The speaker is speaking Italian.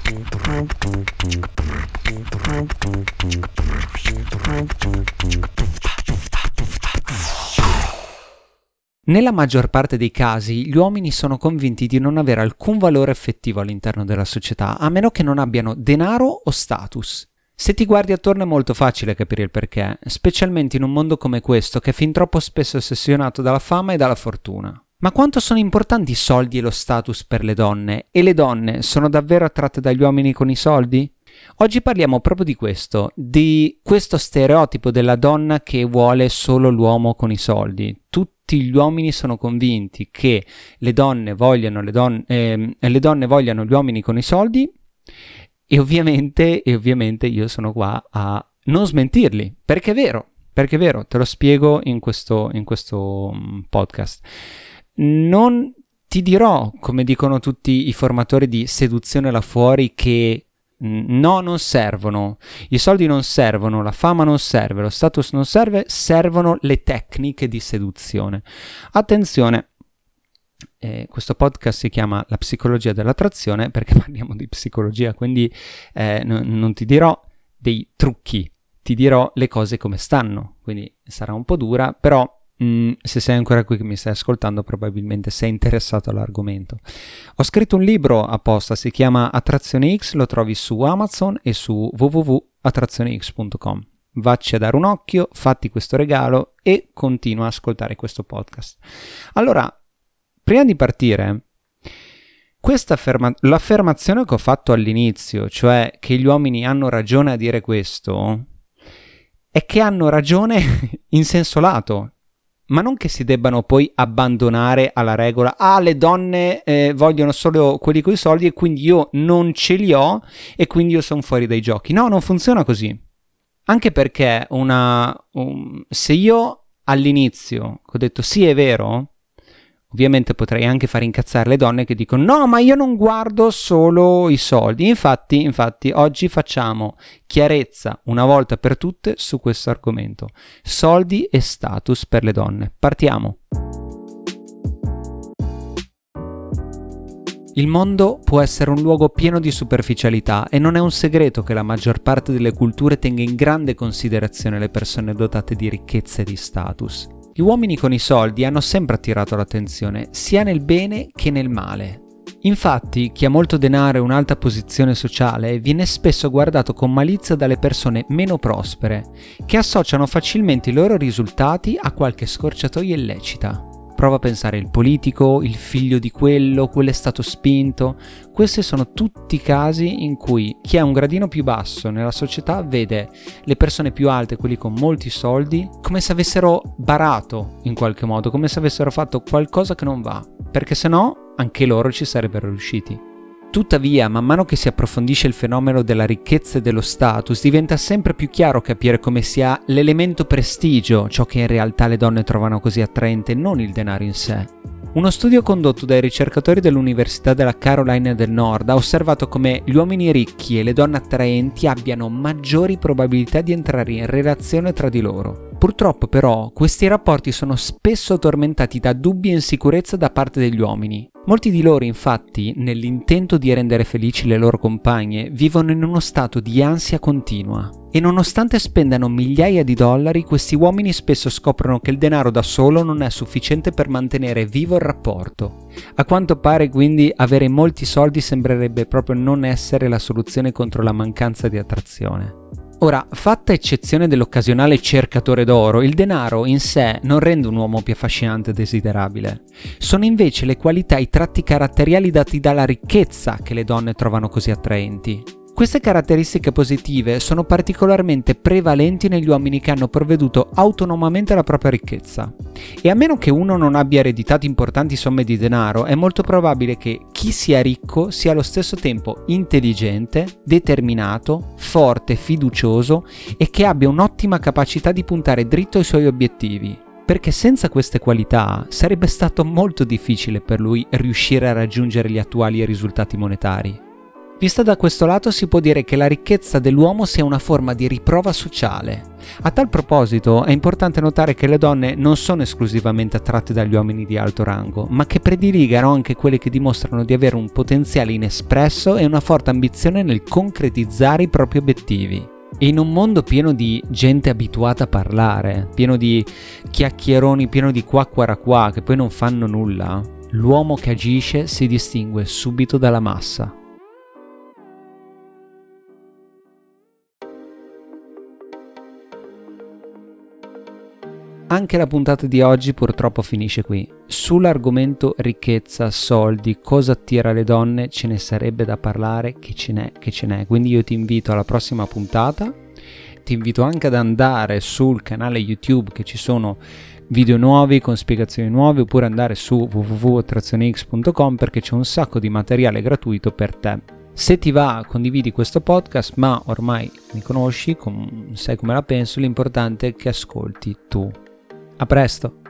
Nella maggior parte dei casi, gli uomini sono convinti di non avere alcun valore effettivo all'interno della società, a meno che non abbiano denaro o status. Se ti guardi attorno è molto facile capire il perché, specialmente in un mondo come questo che è fin troppo spesso ossessionato dalla fama e dalla fortuna. Ma quanto sono importanti i soldi e lo status per le donne? E le donne sono davvero attratte dagli uomini con i soldi? Oggi parliamo proprio di questo stereotipo della donna che vuole solo l'uomo con i soldi. Tutti gli uomini sono convinti che le donne vogliano gli uomini con i soldi e ovviamente io sono qua a non smentirli, perché è vero, te lo spiego in questo podcast. Non ti dirò, come dicono tutti i formatori di seduzione là fuori, che no, non servono, i soldi non servono, la fama non serve, lo status non serve, servono le tecniche di seduzione. Attenzione, questo podcast si chiama La psicologia dell'attrazione perché parliamo di psicologia, quindi non ti dirò dei trucchi, ti dirò le cose come stanno, quindi sarà un po' dura, però se sei ancora qui che mi stai ascoltando probabilmente sei interessato all'argomento. Ho scritto un libro apposta, si chiama Attrazione X, lo trovi su Amazon e su www.attrazionex.com. Vacci a dare un occhio, fatti questo regalo e continua a ascoltare questo podcast. Allora, prima di partire, l'affermazione che ho fatto all'inizio, cioè che gli uomini hanno ragione a dire questo, è che hanno ragione in senso lato. Ma non che si debbano poi abbandonare alla regola, le donne vogliono solo quelli coi soldi e quindi io non ce li ho e quindi io sono fuori dai giochi. No, non funziona così. Anche perché se io all'inizio ho detto sì è vero, ovviamente potrei anche far incazzare le donne che dicono no, ma io non guardo solo i soldi. Infatti oggi facciamo chiarezza una volta per tutte su questo argomento. Soldi e status per le donne. Partiamo. Il mondo può essere un luogo pieno di superficialità e non è un segreto che la maggior parte delle culture tenga in grande considerazione le persone dotate di ricchezza e di status. Gli uomini con i soldi hanno sempre attirato l'attenzione, sia nel bene che nel male. Infatti, chi ha molto denaro e un'alta posizione sociale viene spesso guardato con malizia dalle persone meno prospere, che associano facilmente i loro risultati a qualche scorciatoia illecita. Prova a pensare il politico, il figlio di quello è stato spinto. Questi sono tutti casi in cui chi è un gradino più basso nella società vede le persone più alte, quelli con molti soldi, come se avessero barato in qualche modo, come se avessero fatto qualcosa che non va, perché se no anche loro ci sarebbero riusciti. Tuttavia, man mano che si approfondisce il fenomeno della ricchezza e dello status, diventa sempre più chiaro capire come sia l'elemento prestigio ciò che in realtà le donne trovano così attraente, non il denaro in sé. Uno studio condotto dai ricercatori dell'Università della Carolina del Nord ha osservato come gli uomini ricchi e le donne attraenti abbiano maggiori probabilità di entrare in relazione tra di loro. Purtroppo però questi rapporti sono spesso tormentati da dubbi e insicurezza da parte degli uomini. Molti di loro infatti, nell'intento di rendere felici le loro compagne, vivono in uno stato di ansia continua. E nonostante spendano migliaia di dollari, questi uomini spesso scoprono che il denaro da solo non è sufficiente per mantenere vivo il rapporto. A quanto pare quindi avere molti soldi sembrerebbe proprio non essere la soluzione contro la mancanza di attrazione. Ora, fatta eccezione dell'occasionale cercatore d'oro, il denaro in sé non rende un uomo più affascinante e desiderabile. Sono invece le qualità e i tratti caratteriali dati dalla ricchezza che le donne trovano così attraenti. Queste caratteristiche positive sono particolarmente prevalenti negli uomini che hanno provveduto autonomamente alla propria ricchezza. E a meno che uno non abbia ereditato importanti somme di denaro, è molto probabile che chi sia ricco sia allo stesso tempo intelligente, determinato, forte, fiducioso e che abbia un'ottima capacità di puntare dritto ai suoi obiettivi. Perché senza queste qualità sarebbe stato molto difficile per lui riuscire a raggiungere gli attuali risultati monetari. Vista da questo lato si può dire che la ricchezza dell'uomo sia una forma di riprova sociale. A tal proposito è importante notare che le donne non sono esclusivamente attratte dagli uomini di alto rango, ma che prediligano anche quelle che dimostrano di avere un potenziale inespresso e una forte ambizione nel concretizzare i propri obiettivi. E in un mondo pieno di gente abituata a parlare, pieno di chiacchieroni, pieno di qua che poi non fanno nulla, l'uomo che agisce si distingue subito dalla massa. Anche la puntata di oggi purtroppo finisce qui. Sull'argomento ricchezza, soldi, cosa attira le donne, ce ne sarebbe da parlare, che ce n'è. Quindi io ti invito alla prossima puntata, ti invito anche ad andare sul canale YouTube che ci sono video nuovi con spiegazioni nuove, oppure andare su www.attrazionex.com perché c'è un sacco di materiale gratuito per te. Se ti va, condividi questo podcast, ma ormai mi conosci, sai come la penso, l'importante è che ascolti tu. A presto!